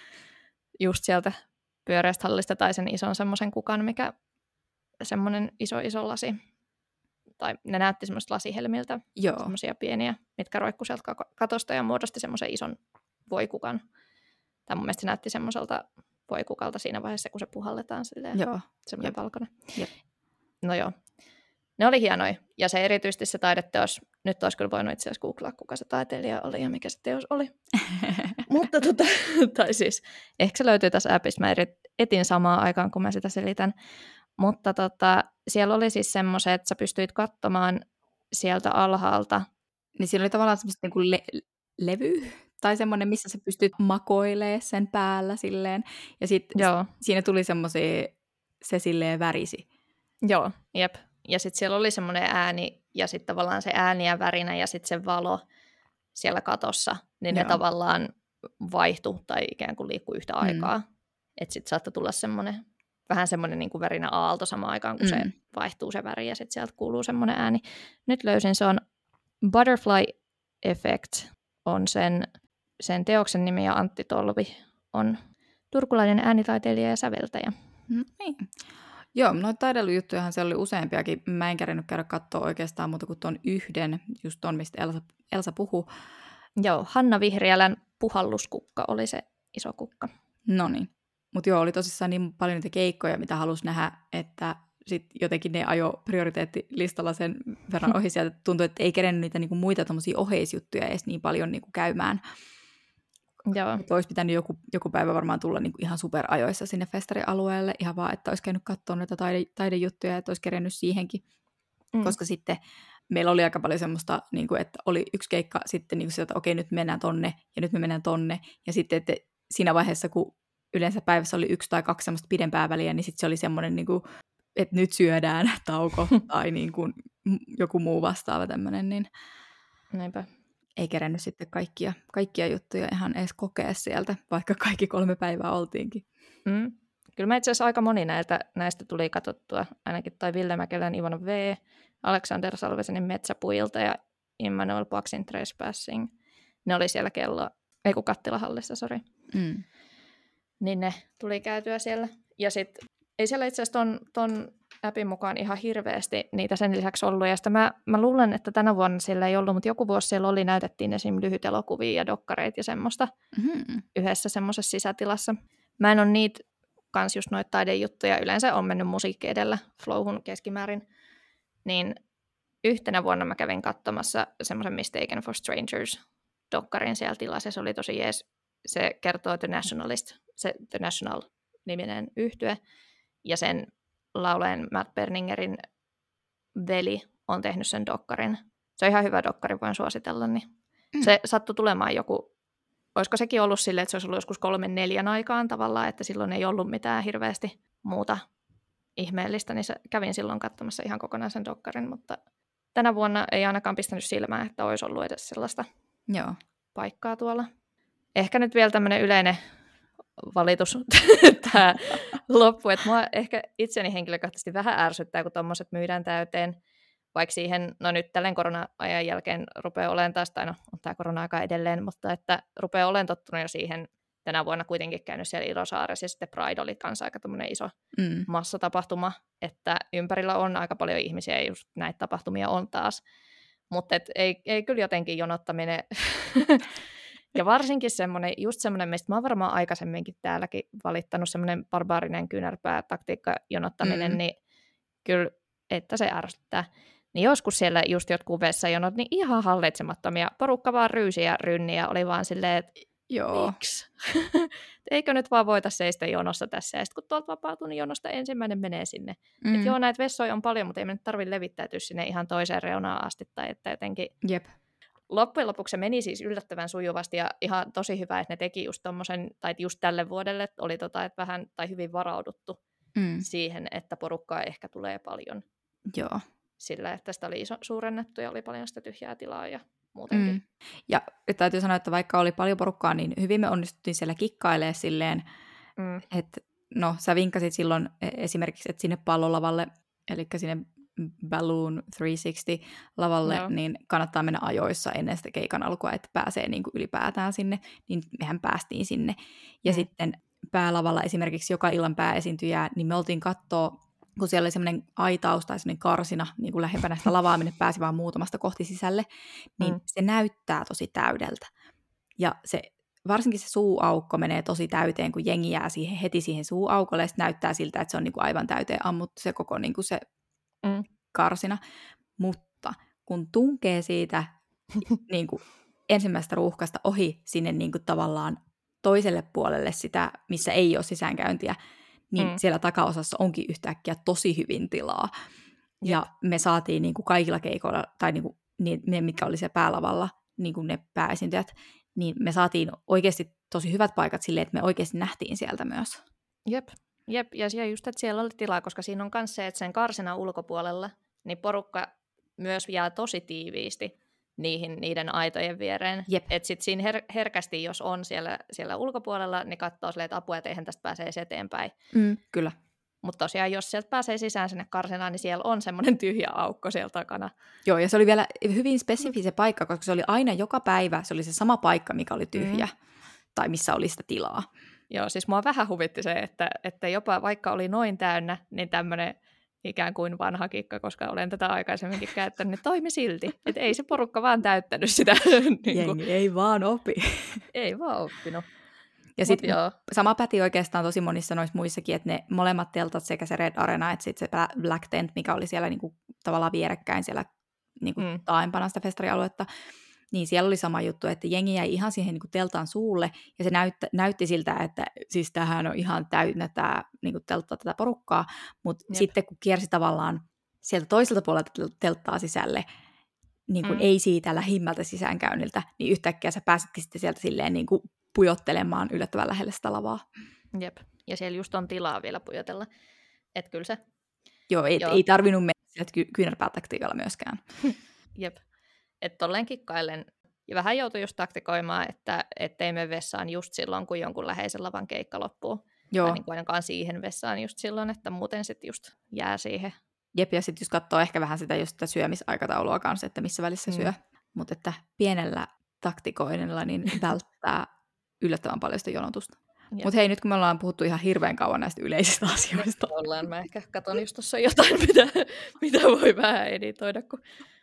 just sieltä pyöreästä hallista, tai sen ison semmoisen kukan, mikä semmoinen iso iso lasi. Tai ne näytti semmoista lasihelmiltä, semmoisia pieniä, mitkä roikkui sieltä katosta ja muodosti semmoisen ison voikukan. Tai mun mielestä se näytti semmoiselta voikukalta siinä vaiheessa, kun se puhalletaan silleen. Joo. Semmoinen Jep. valkoinen. Jep. No joo. Ne oli hienoja. Ja se erityisesti se taideteos, nyt olisi kyllä voinut itse asiassa googlaa, kuka se taiteilija oli ja mikä se teos oli. Mutta tota, tai siis, ehkä se löytyy tässä appissa. Mä etin samaan aikaan, kun mä sitä selitän. Mutta tota, siellä oli siis semmoiset, että sä pystyit katsomaan sieltä alhaalta. Niin siinä oli tavallaan semmoista niinku le- levy tai semmoinen, missä sä pystyt makoilemaan sen päällä silleen. Ja sitten siinä tuli semmoisia, se silleen värisi. Joo, jep. Ja sitten siellä oli semmoinen ääni ja sitten tavallaan se ääni ja värinä ja sitten se valo siellä katossa. Niin Joo. ne tavallaan vaihtui tai ikään kuin liikkui yhtä mm. aikaa. Että sitten saattoi tulla semmoinen... Vähän semmoinen niin kuin värinä aalto samaan aikaan, kun mm. se vaihtuu se väri ja sitten sieltä kuuluu semmoinen ääni. Nyt löysin, se on Butterfly Effect, on sen, sen teoksen nimi, ja Antti Tolvi on turkulainen äänitaiteilija ja säveltäjä. Mm, niin. Joo, noita taidelujuttujahan siellä oli useampiakin. Mä en kerinyt käydä katsoa oikeastaan muuta kuin tuon yhden, just ton, mistä Elsa, Elsa puhui. Joo, Hanna Vihriälän puhalluskukka oli se iso kukka. Noniin. Mutta joo, oli tosissaan niin paljon niitä keikkoja, mitä halusi nähdä, että sitten jotenkin ne ajo prioriteettilistalla sen verran ohi sieltä. Tuntui, että ei kerennyt niitä niinku muita tommosia oheisjuttuja edes niin paljon niinku käymään. Joo. Että olisi pitänyt joku, joku päivä varmaan tulla niinku ihan superajoissa sinne festarialueelle, ihan vaan, että olisi käynyt katsoa noita taide, taidejuttuja, että olisi kerennyt siihenkin. Mm. Koska sitten meillä oli aika paljon semmoista, niinku, että oli yksi keikka sitten niinku sieltä, että okei, nyt mennään tonne ja nyt me mennään tonne. Ja sitten että siinä vaiheessa, kun yleensä päivässä oli yksi tai kaksi semmoista pidempää väliä, niin sitten se oli semmoinen, niin kuin, että nyt syödään tauko tai niin kuin joku muu vastaava tämmöinen, niin Näinpä. ei kerennyt sitten kaikkia, kaikkia juttuja ihan edes kokea sieltä, vaikka kaikki kolme päivää oltiinkin. Mm. Kyllä mä itse asiassa aika moni näiltä, näistä tuli katsottua, ainakin toi Ville Mäkelän Ivana V, Alexander Salvesenin Metsäpuilta ja Immanuel Paksin Trespassing. Ne oli siellä kello, ei kun kattilahallissa, sori. Mm. Niin ne tuli käytyä siellä. Ja sitten ei siellä itse asiassa ton, ton appin mukaan ihan hirveästi niitä sen lisäksi ollut. Ja mä, mä luulen, että tänä vuonna siellä ei ollut, mutta joku vuosi siellä oli, näytettiin esim. Lyhyt elokuvia ja dokkareita ja semmoista mm-hmm. yhdessä semmoisessa sisätilassa. Mä en ole niitä kans just noita taidejuttuja, yleensä on mennyt musiikki edellä Flowhun keskimäärin. Niin yhtenä vuonna mä kävin katsomassa semmoisen Mistaken for Strangers dokkarin siellä tilassa. Se oli tosi jees. Se kertoo The Nationalist, se The National-niminen yhtye, ja sen laulajan Matt Berningerin veli on tehnyt sen dokkarin Se on ihan hyvä dokkari, voin suositella. Niin Mm. se sattui tulemaan joku, olisiko sekin ollut silleen, että se olisi ollut joskus kolmen neljän aikaan tavallaan, että silloin ei ollut mitään hirveästi muuta ihmeellistä, niin se, kävin silloin katsomassa ihan kokonaisen dokkarin, mutta tänä vuonna ei ainakaan pistänyt silmään, että olisi ollut edes sellaista Joo. paikkaa tuolla. Ehkä nyt vielä tämmöinen yleinen valitus tämä loppu, että mua ehkä itseni henkilökohtaisesti vähän ärsyttää, kun tommoset myydään täyteen, vaikka siihen, no nyt tälleen korona-ajan jälkeen rupeaa olemaan taas, tai no on tämä korona-aika edelleen, mutta että rupeaa olemaan tottunut jo siihen, tänä vuonna kuitenkin käynyt siellä Ilosaaressa, ja sitten Pride oli kanssa aika tommoinen iso Mm. massatapahtuma, että ympärillä on aika paljon ihmisiä, ja just näitä tapahtumia on taas, mutta ei, ei kyllä jotenkin jonottaminen, ja varsinkin semmoinen, just semmoinen, mistä mä oon varmaan aikaisemminkin täälläkin valittanut, semmoinen barbaarinen kyynärpää-taktiikka jonottaminen, Mm. niin kyllä, että se ärsyttää. Niin joskus siellä just jotkut vessajonot, niin ihan hallitsemattomia, porukka vaan ryysiä rynniä, oli vaan silleen, että Joo. miksi? Eikö nyt vaan voita seistä jonossa tässä, ja sitten kun tuolta vapautuu, niin jonosta ensimmäinen menee sinne. Mm. Että joo, näitä vessoja on paljon, mutta ei me nyt tarvitse levittäytyä sinne ihan toiseen reunaan asti, tai että jotenkin Jep. loppujen lopuksi se meni siis yllättävän sujuvasti ja ihan tosi hyvä, että ne teki just tommosen, tai että just tälle vuodelle oli tota, että vähän tai hyvin varauduttu Mm. siihen, että porukkaa ehkä tulee paljon Joo. sillä, että sitä oli iso, suurennettu ja oli paljon sitä tyhjää tilaa ja muutenkin. Mm. Ja täytyy sanoa, että vaikka oli paljon porukkaa, niin hyvin me onnistuttiin siellä kikkailemaan silleen, Mm. että no sä vinkkasit silloin esimerkiksi, että sinne pallolavalle, eli sinne Balloon kolmesataakuusikymmentä-lavalle, Joo. niin kannattaa mennä ajoissa ennen sitä keikan alkua, että pääsee niin kuin ylipäätään sinne, niin mehän päästiin sinne. Ja Mm. sitten päälavalla esimerkiksi joka illan pääesiintyjää, niin me oltiin kattoo, kun siellä oli semmoinen aitaus tai semmoinen karsina niin kuin lähempänä sitä lavaa, minne pääsi vaan muutamasta kohti sisälle, niin Mm. se näyttää tosi täydeltä. Ja se, varsinkin se suuaukko menee tosi täyteen, kun jengi jää siihen, heti siihen suuaukolle, ja näyttää siltä, että se on niin kuin aivan täyteen ammuttu se koko niin kuin se Mm. karsina. Mutta kun tunkee siitä niin kuin ensimmäisestä ruuhkasta ohi sinne niin kuin tavallaan toiselle puolelle sitä, missä ei ole sisäänkäyntiä, niin Mm. siellä takaosassa onkin yhtäkkiä tosi hyvin tilaa. Ja me saatiin niin kuin kaikilla keikoilla, tai niin kuin ne, mitkä oli siellä päälavalla, niin kuin ne pääesiintyjät, niin me saatiin oikeasti tosi hyvät paikat silleen, että me oikeasti nähtiin sieltä myös. Jep, jep. Ja siellä just, että siellä oli tilaa, koska siinä on myös se, että sen karsinan ulkopuolella niin porukka myös jää tosi tiiviisti niihin, niiden aitojen viereen. Jep. Että sitten siinä her- herkästi, jos on siellä, siellä ulkopuolella, niin katsoo silleen, että apua, että eihän tästä pääse edes eteenpäin. Mm, kyllä. Mutta tosiaan, jos sieltä pääsee sisään sinne karsinaan, niin siellä on semmoinen tyhjä aukko siellä takana. Joo, ja se oli vielä hyvin spesifi se paikka, koska se oli aina joka päivä, se oli se sama paikka, mikä oli tyhjä, mm. tai missä oli sitä tilaa. Joo, siis mua vähän huvitti se, että, että jopa vaikka oli noin täynnä, niin tämmöinen ikään kuin vanha kikka, koska olen tätä aikaisemminkin käyttänyt, niin toimi silti. Että ei se porukka vaan täyttänyt sitä. niin kuin, Jengi ei vaan opi. ei vaan oppinut. Ja sitten joo. sama päti oikeastaan tosi monissa noissa muissakin, että ne molemmat teltat, sekä se Red Arena että sitten se Black Tent, mikä oli siellä niinku tavallaan vierekkäin siellä niinku Mm. taaempana sitä festarialuetta, niin siellä oli sama juttu, että jengi jäi ihan siihen niinku teltan suulle, ja se näyttä, näytti siltä, että siis tämähän on ihan täynnä tämä niinku teltta tätä porukkaa, mutta sitten kun kiersi tavallaan sieltä toiselta puolelta telttaa sisälle, niin kuin mm. ei siitä lähimmältä sisäänkäynniltä, niin yhtäkkiä sä pääsitkin sitten sieltä silleen niin kuin pujottelemaan yllättävän lähelle sitä lavaa. Jep, ja siellä just on tilaa vielä pujotella. Että kyllä se... Joo, ei, Joo. ei tarvinnut mennä sieltä ky- kyynärpäätaktiikalla myöskään. Jep, että tolleen kikkaillen. Ja vähän joutui just taktikoimaan, että ettei mene vessaan just silloin, kun jonkun läheisen lavan keikka loppuu. Joo. Tai niin kuin ainakaan siihen vessaan just silloin, että muuten sitten just jää siihen. Jep, ja sitten jos katsoo ehkä vähän sitä, just sitä syömisaikataulua kanssa, että missä välissä Mm. syö. Mutta että pienellä taktikoinnilla niin välttää yllättävän paljon sitä jonotusta. Mutta hei, nyt kun me ollaan puhuttu ihan hirveän kauan näistä yleisistä asioista. Ollaan, mä ehkä katon just tuossa jotain, mitä, mitä voi vähän editoida, kun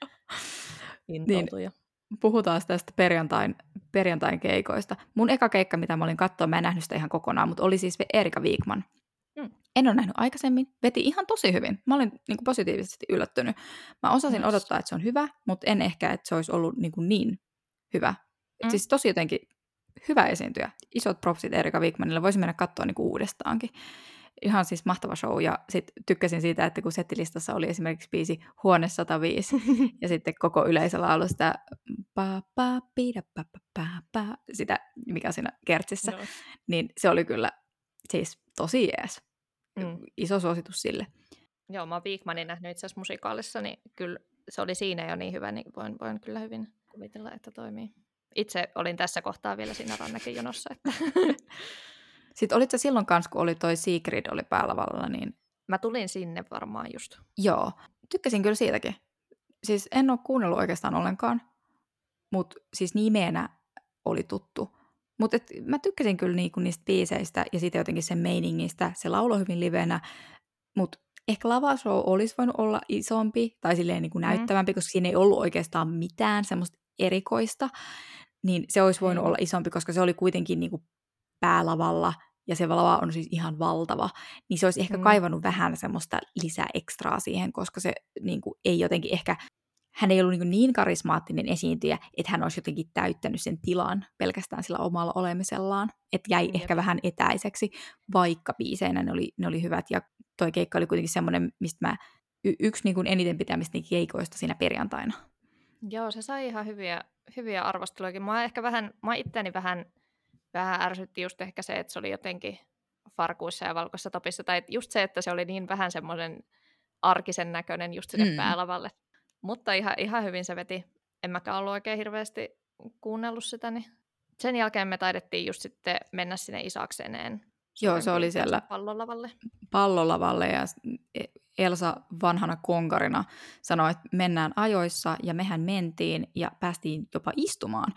intoutuu. Niin, puhutaan tästä perjantain, perjantain keikoista. Mun eka keikka, mitä mä olin katsoa, mä en nähnyt sitä ihan kokonaan, mutta oli siis Erika Wigman. Mm. En ole nähnyt aikaisemmin. Veti ihan tosi hyvin. Mä olin niin kuin positiivisesti yllättynyt. Mä osasin Nice. odottaa, että se on hyvä, mutta en ehkä, että se olisi ollut niin, kuin niin hyvä. Mm. Siis tosi jotenkin hyvä esiintyjä. Isot propsit Erika Wigmanille. Voisi mennä katsoa niin kuin uudestaankin. ihan siis mahtava show, ja sitten tykkäsin siitä, että kun settilistassa oli esimerkiksi biisi Huone sata viisi, ja sitten koko yleisö lauloi sitä, pa, pa, pida, pa, pa, pa, pa, sitä, mikä siinä kertsissä, No. niin se oli kyllä siis tosi jees. Mm. Iso suositus sille. Joo, mä oon Viikmanin nähnyt itse asiassa musikaalissa, niin kyllä se oli siinä jo niin hyvä, niin voin, voin kyllä hyvin kuvitella, että toimii. Itse olin tässä kohtaa vielä siinä Rannekin jonossa. Että Sitten olit sä silloin kanssa, kun oli toi Sigrid oli päälavalla, niin mä tulin sinne varmaan just. joo, tykkäsin kyllä siitäkin. Siis en ole kuunnellut oikeastaan ollenkaan, mutta siis nimenä oli tuttu. Mutta mä tykkäsin kyllä niinku niistä biiseistä ja siitä jotenkin sen meiningistä. Se lauloi hyvin livenä, mutta ehkä lavashow olisi voinut olla isompi tai silleen niinku näyttävämpi, mm. koska siinä ei ollut oikeastaan mitään semmoista erikoista. Niin se olisi voinut mm. olla isompi, koska se oli kuitenkin niinku päälavalla ja se lava on siis ihan valtava. Niin se olisi ehkä mm. kaivannut vähän semmoista lisää ekstraa siihen, koska se niinku ei jotenkin ehkä... Hän ei ollut niin, niin karismaattinen esiintyjä, että hän olisi jotenkin täyttänyt sen tilan pelkästään sillä omalla olemisellaan. Että jäi Jep. ehkä vähän etäiseksi, vaikka biiseinä ne oli, ne oli hyvät. Ja toi keikka oli kuitenkin semmoinen, mistä mä y- yksi niin kuin eniten pitämistä keikoista siinä perjantaina. Joo, se sai ihan hyviä, hyviä arvosteluja. Mä ehkä vähän, mä itteni vähän, vähän ärsytti just ehkä se, että se oli jotenkin farkuissa ja valkoisessa topissa. Tai just se, että se oli niin vähän semmoinen arkisen näköinen just sinne mm. päälavalle. Mutta ihan, ihan hyvin se veti. En mäkään ollut oikein hirveästi kuunnellut sitä. Niin. Sen jälkeen me taidettiin just sitten mennä sinne Isakseneen. Joo, se oli siellä pallolavalle. Pallolavalle ja Elsa vanhana konkarina sanoi, että mennään ajoissa ja mehän mentiin ja päästiin jopa istumaan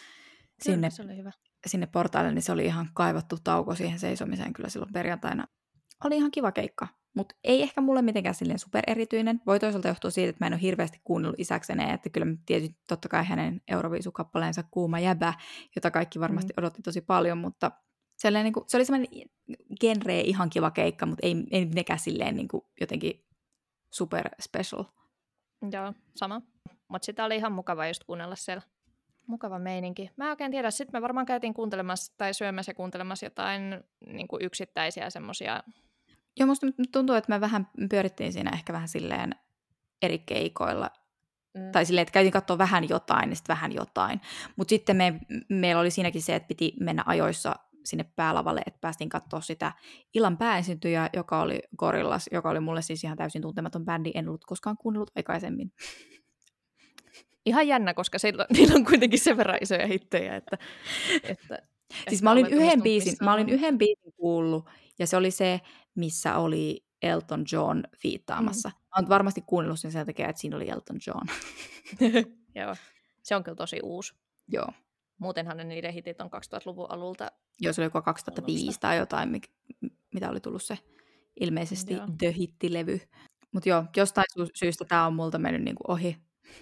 sinne, se oli hyvä. sinne portaille, niin se oli ihan kaivattu tauko siihen seisomiseen kyllä silloin perjantaina. Oli ihan kiva keikka. Mutta ei ehkä mulle mitenkään silleen supererityinen. Voi toisaalta johtua siitä, että mä en ole hirveästi kuunnellut Isakseneen, että kyllä tietysti totta kai hänen Euroviisukappaleensa Kuuma jäbä, jota kaikki varmasti mm. odotti tosi paljon, mutta niin kuin, se oli semmoinen genre ihan kiva keikka, mutta ei, ei mitenkään silleen niin kuin jotenkin super special. Joo, sama. Mutta sitä oli ihan mukava just kuunnella siellä. Mukava meininki. Mä en oikein tiedä, sitten me varmaan käytiin kuuntelemassa tai syömässä ja kuuntelemassa jotain niin kuin yksittäisiä semmoisia. Joo, musta tuntuu, että me vähän pyörittiin siinä ehkä vähän silleen eri keikoilla. Mm. Tai silleen, että käytiin katsoa vähän jotain ja sitten vähän jotain. Mutta sitten me, meillä oli siinäkin se, että piti mennä ajoissa sinne päälavalle, että päästiin katsoa sitä illan pääesiintyjää, joka oli Gorillaz, joka oli mulle siis ihan täysin tuntematon bändi. En ollut koskaan kuunnellut aikaisemmin. Ihan jännä, koska niillä, niillä on kuitenkin sen verran isoja hittejä, että... että siis mä olin, yhden biisin, mä olin yhden biisin kuullut, ja se oli se, missä oli Elton John fiittaamassa. Mm. Mä oon varmasti kuunnellut sen sen takia, että siinä oli Elton John. Joo, se on kyllä tosi uusi. Joo. Muutenhan ne niiden hitit on kaksituhattaluvun alulta. Joo, se oli joku kaksituhattaviisi tai jotain, mitä oli tullut se ilmeisesti joo. The-hittilevy. Mutta joo, jostain syystä tää on multa mennyt niinku ohi.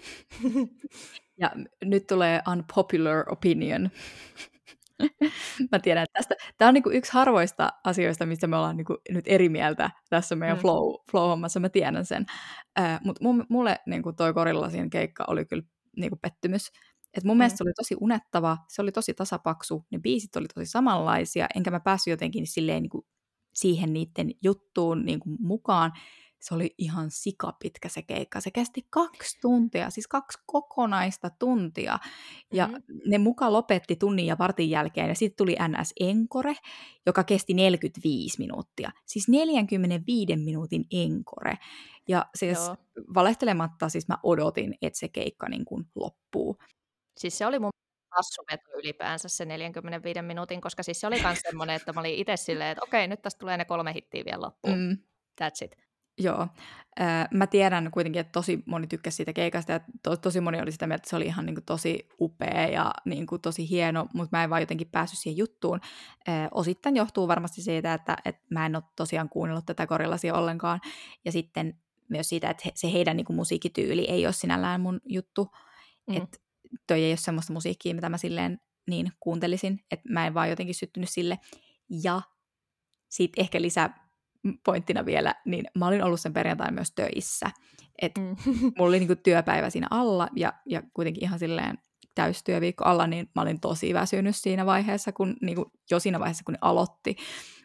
Ja nyt tulee unpopular opinion. Mä tiedän, että tästä, tää on niinku yksi harvoista asioista, mistä me ollaan niinku nyt eri mieltä tässä meidän mm. flow, flow-hommassa, mä tiedän sen. Äh, Mutta mulle niinku toi Gorillazin keikka oli kyllä niinku pettymys. Et mun mm. mielestä se oli tosi unettava, se oli tosi tasapaksu, ne biisit oli tosi samanlaisia, enkä mä päässyt jotenkin silleen niinku siihen niiden juttuun niinku mukaan. Se oli ihan sikapitkä se keikka. Se kesti kaksi tuntia, siis kaksi kokonaista tuntia. Ja mm-hmm. ne muka lopetti tunnin ja vartin jälkeen. Ja sitten tuli N S-encore, joka kesti neljäkymmentäviisi minuuttia. Siis neljänkymmenenviiden minuutin encore. Ja siis Joo. valehtelematta siis mä odotin, että se keikka niin kuin loppuu. Siis se oli mun hassuveto ylipäänsä se neljänkymmenenviiden minuutin, koska siis se oli myös semmoinen, että mä olin itse silleen, että okei, nyt tästä tulee ne kolme hittiä vielä loppuun. Mm. That's it. Joo. Äh, mä tiedän kuitenkin, että tosi moni tykkäsi siitä keikasta ja to, tosi moni oli sitä mieltä, että se oli ihan niin kuin, tosi upea ja niin kuin, tosi hieno, mutta mä en vaan jotenkin päässyt siihen juttuun. Äh, osittain johtuu varmasti siitä, että, että mä en ole tosiaan kuunnellut tätä Gorillazia ollenkaan ja sitten myös siitä, että he, se heidän niin kuin, musiikkityyli ei ole sinällään mun juttu. Mm. Että toi ei ole semmoista musiikkia, mitä mä silleen niin kuuntelisin, että mä en vaan jotenkin syttynyt sille. Ja sitten ehkä lisää pointtina vielä, niin mä olin ollut sen perjantain myös töissä. Että mm. mulla oli niinku työpäivä siinä alla ja, ja kuitenkin ihan silleen täystyöviikko alla, niin mä olin tosi väsynyt siinä vaiheessa, kun, niinku, jo siinä vaiheessa, kun ne aloitti.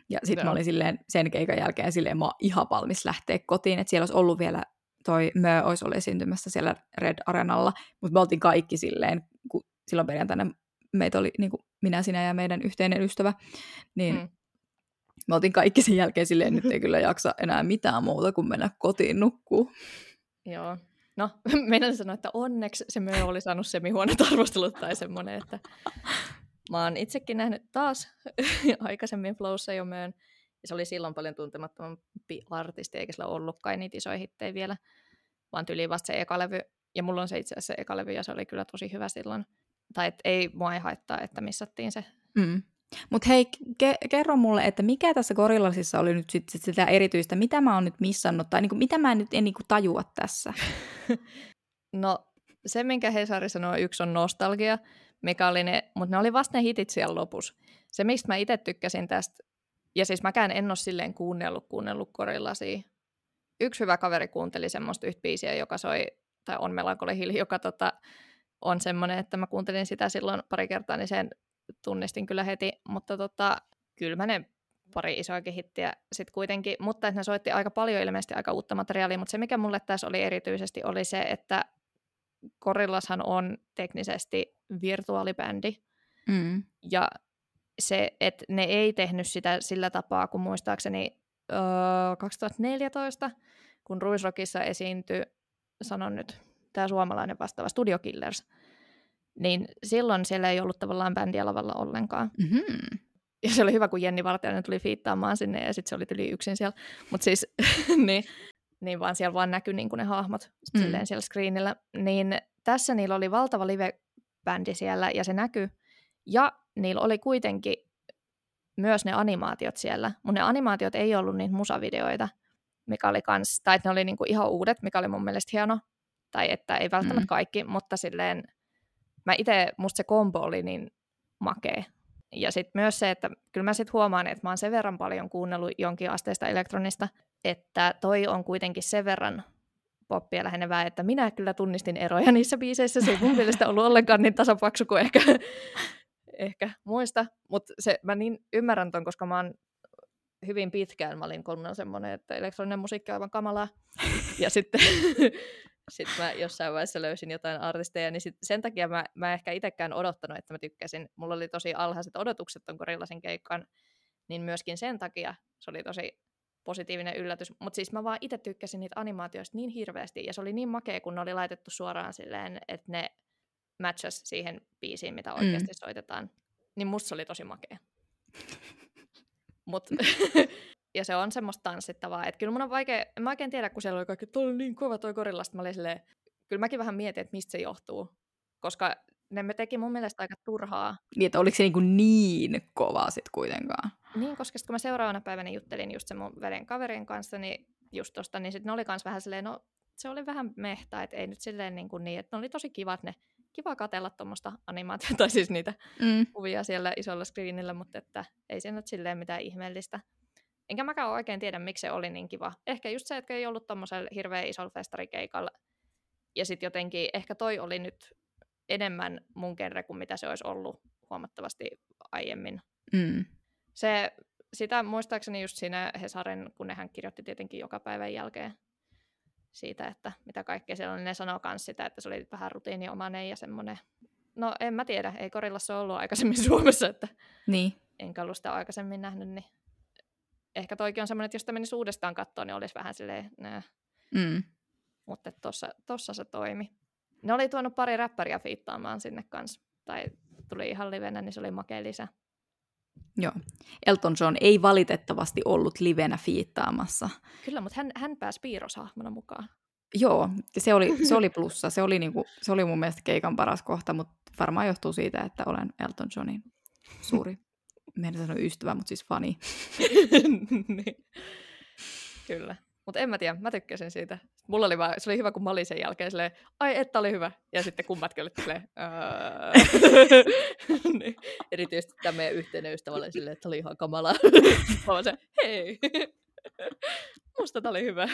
Ja sitten Joo. mä olin silleen sen keikan jälkeen silleen, mä oon ihan valmis lähteä kotiin, että siellä olisi ollut vielä toi Mö olisi ollut esiintymässä siellä Red Arenalla, mutta me oltiin kaikki silleen, kun silloin perjantaina meitä oli niin kuin minä, sinä ja meidän yhteinen ystävä, niin mm. me oltiin kaikki sen jälkeen silleen, nyt ei kyllä jaksa enää mitään muuta kuin mennä kotiin nukkuu. Joo. No, meidän sanoa, että onneksi se Mö oli saanut semihuonot arvostelut tai semmoinen, että mä oon itsekin nähnyt taas aikaisemmin Flowssa jo Möön, ja se oli silloin paljon tuntemattomampi artisti, eikä sillä ollutkaan niitä isoja hittejä vielä, vaan tyyliin vasta se eka levy, ja mulla on se itse asiassa se eka levy, ja se oli kyllä tosi hyvä silloin. Tai et ei mua ei haittaa, että missattiin se. Mm. Mutta hei, ke- kerro mulle, että mikä tässä Gorillasissa oli nyt sit, sit sitä erityistä, mitä mä oon nyt missannut, tai niinku, mitä mä nyt en niinku tajua tässä? No, se minkä Hesari sanoi, yksi on nostalgia, mikä oli ne, mutta ne oli vasta ne hitit siellä lopussa. Se, mistä mä itse tykkäsin tästä, ja siis mäkään en ole silleen kuunnellut, kuunnellut Gorillasia. Yksi hyvä kaveri kuunteli semmoista yhtä biisiä, joka soi, tai on Melancholy Hill, joka tota, on semmoinen, että mä kuuntelin sitä silloin pari kertaa, niin sen tunnistin kyllä heti, mutta tota, kyllä mä ne pari isoakin hittiä sitten kuitenkin, mutta että ne soitti aika paljon ilmeisesti aika uutta materiaalia, mutta se mikä mulle tässä oli erityisesti oli se, että Gorillashan on teknisesti virtuaalibändi, mm. ja se, että ne ei tehnyt sitä sillä tapaa, kun muistaakseni öö, kaksituhattaneljätoista, kun Ruisrockissa esiintyi, sanon nyt, tämä suomalainen vastaava Studio Killers, niin silloin siellä ei ollut tavallaan bändiä lavalla ollenkaan. Mm-hmm. Ja se oli hyvä, kun Jenni Vartijainen tuli fiittaamaan sinne, ja sitten se oli tyli yksin siellä. Mutta siis, niin, niin vaan siellä vaan näkyi niin kuin ne hahmot mm. silleen siellä screenillä. Niin tässä niillä oli valtava live-bändi siellä, ja se näkyi. Ja niillä oli kuitenkin myös ne animaatiot siellä. Mutta ne animaatiot ei ollut niitä musavideoita, mikä oli kans, tai että ne oli niinku ihan uudet, mikä oli mun mielestä hieno. Tai että ei välttämättä mm. kaikki, mutta silleen, mä itse, musta se kombo oli niin makea. Ja sitten myös se, että kyllä mä sitten huomaan, että mä oon sen verran paljon kuunnellut jonkin asteista elektronista, että toi on kuitenkin sen verran poppia lähenevää, että minä kyllä tunnistin eroja niissä biiseissä. Se ei mun mielestä ollut ollenkaan niin tasapaksu kuin ehkä, ehkä muista. Mutta mä niin ymmärrän ton, koska mä oon hyvin pitkään, mä olin kunnon semmoinen, että elektroninen musiikki on aivan kamalaa. Ja sitten sitten mä jossain vaiheessa löysin jotain artisteja, niin sit sen takia mä, mä ehkä itsekään odottanut, että mä tykkäsin. Mulla oli tosi alhaiset odotukset ton Gorillasin keikkaan, niin myöskin sen takia se oli tosi positiivinen yllätys. Mutta siis mä vaan itse tykkäsin niitä animaatioista niin hirveästi, ja se oli niin makea, kun ne oli laitettu suoraan silleen, että ne matchas siihen biisiin, mitä oikeasti mm. soitetaan. Niin musta se oli tosi makea. Mut... Ja se on semmoista tanssittavaa, että kyllä mun on vaikea, en mä oikein tiedä, kun siellä oli kaikki, että oli niin kova toi Gorillasta, mä olin silleen, kyllä mäkin vähän mietin, että mistä se johtuu, koska ne me teki mun mielestä aika turhaa. Niin, että oliko se niinku niin kova sit kuitenkaan? Niin, koska sit kun mä seuraavana päivänä juttelin just sen mun veden kaverin kanssa, niin just tosta, niin sit ne oli kans vähän silleen, no se oli vähän mehtä, että ei nyt silleen niin, kuin niin, että ne oli tosi kivat ne, kiva katsella tuommoista animaatiota, tai siis niitä mm. kuvia siellä isolla screenillä, mutta että ei se nyt silleen mitään ihmeellistä. Enkä mäkään oikein tiedä, miksi se oli niin kiva. Ehkä just se, että ei ollut tommosella hirveän isolla festarikeikalla. Ja sitten jotenkin, ehkä toi oli nyt enemmän mun genre kuin mitä se olisi ollut huomattavasti aiemmin. Mm. Se, sitä muistaakseni just siinä Hesaren, kun nehän kirjoitti tietenkin joka päivän jälkeen siitä, että mitä kaikkea siellä oli. Ne sanoo myös sitä, että se oli vähän rutiiniomainen ja semmoinen. No en mä tiedä, ei Gorillassa ollut aikaisemmin Suomessa, että niin. Enkä ollut sitä aikaisemmin nähnyt, niin ehkä toikin on semmoinen, että jos sitä menisi uudestaan katsoa, niin olisi vähän silleen, nää. Mm. Mutta tossa, tossa se toimi. Ne oli tuonut pari räppäriä fiittaamaan sinne kanssa. Tai tuli ihan livenä, niin se oli makea lisä. Joo. Elton John ei valitettavasti ollut livenä fiittaamassa. Kyllä, mutta hän, hän pääsi piirroshahmona mukaan. Joo, se oli, se oli plussa. Se oli, niinku, se oli mun mielestä keikan paras kohta, mutta varmaan johtuu siitä, että olen Elton Johnin suuri. Mä en sano ystävä, mutta siis fani. Niin. Kyllä. Mutta en mä tiedä, mä tykkäsin siitä. Mulla oli vaan, se oli hyvä, kun mä olin sen jälkeen silleen, ai että oli hyvä. Ja sitten kummatkin olivat silleen, niin. Erityisesti tämä meidän yhteinen ystävä oli silleen, että oli ihan kamalaa. Mä vaan se, hei, musta tää oli hyvä.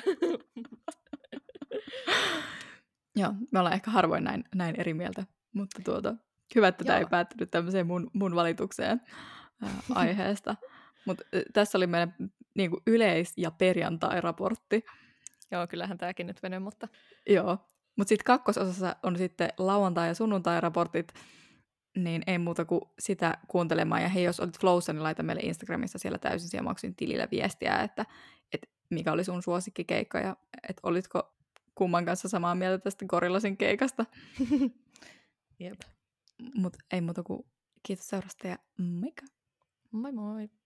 Joo, me ollaan ehkä harvoin näin, näin eri mieltä, mutta tuota, hyvä, että tämä ei päättynyt tämmöiseen mun, mun valitukseen ää, aiheesta. Mutta tässä oli meidän niinku yleis- ja perjantai-raportti. Joo, kyllähän tämäkin nyt venyy, mutta... Joo, mutta sitten kakkososassa on sitten lauantai- ja sunnuntai-raportit, niin ei muuta kuin sitä kuuntelemaan. Ja hei, jos olit Flowssa, niin laita meille Instagramissa siellä täysin siemauksin tilillä viestiä, että, että mikä oli sun suosikkikeikka ja että olitko kumman kanssa samaa mieltä tästä Gorillasin keikasta. Jep. Mutta ei muuta kuin kiitos seurasta ja moikka! Moi moi!